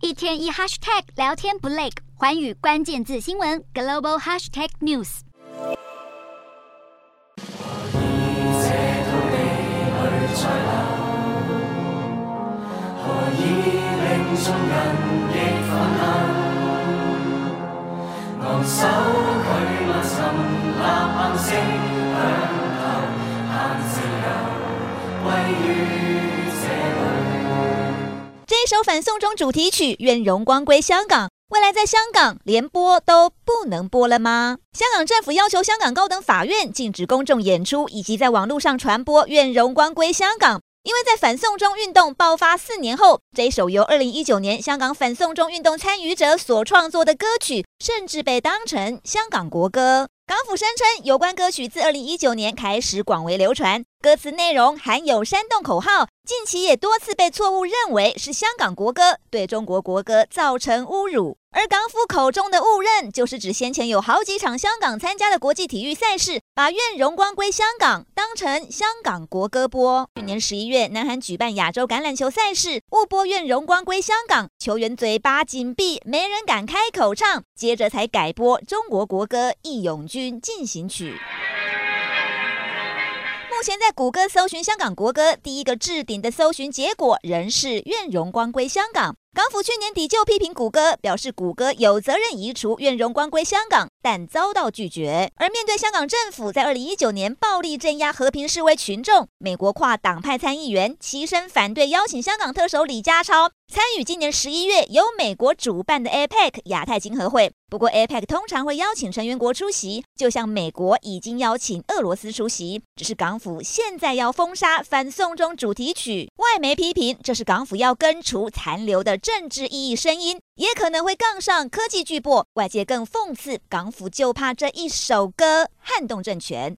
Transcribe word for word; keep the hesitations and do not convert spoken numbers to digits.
一天一 hashtag 聊天不累，寰宇关键字新闻 global hashtag news。 眾人亦泛濫，昂首去漫尋吶喊聲響透，盼自由歸於這裏。 這一首反送中主題曲《願榮光歸香港》，未來在香港連播都不能播了嗎？香港政府要求香港高等法院禁止公眾演出以及在網絡上傳播《願榮光歸香港》。因為在反送中運動爆發四年後，這一首由二零一九年香港反送中運動參與者所創作的歌曲，甚至被當成香港國歌。港府聲稱，有關歌曲自二零一九年開始廣為流傳，歌詞內容含有煽動口號，近期也多次被錯誤認為是香港國歌，對中國國歌造成侮辱。而港府口中的誤認，就是指先前有好幾場香港參加的國際體育賽事，把願榮光歸香港當成香港國歌播。去年十一月，南韓舉辦亞洲橄欖球賽事，誤播願榮光歸香港，球員嘴巴緊閉，沒人敢開口唱，接着才改播中國國歌《義勇軍進行曲》。目前在谷歌搜尋香港國歌，第一個置頂的搜尋結果仍是願榮光歸香港。港府去年底就批評谷歌，表示谷歌有責任移除願榮光歸香港，但遭到拒絕。而面對香港政府在二零一九年暴力鎮壓和平示威群眾，美國跨黨派參議員齊聲反對邀請香港特首李家超參與今年十一月由美國主辦的 A P E C 亞太經合會。不過 A P E C 通常會邀請成員國出席，就像美國已經邀請俄羅斯出席，只是港府現在要封殺反送中主題曲，外媒批評這是港府要根除殘留的政治意義聲音，也可能會槓上科技巨擘。外界更諷刺港府就怕這一首歌撼動政權。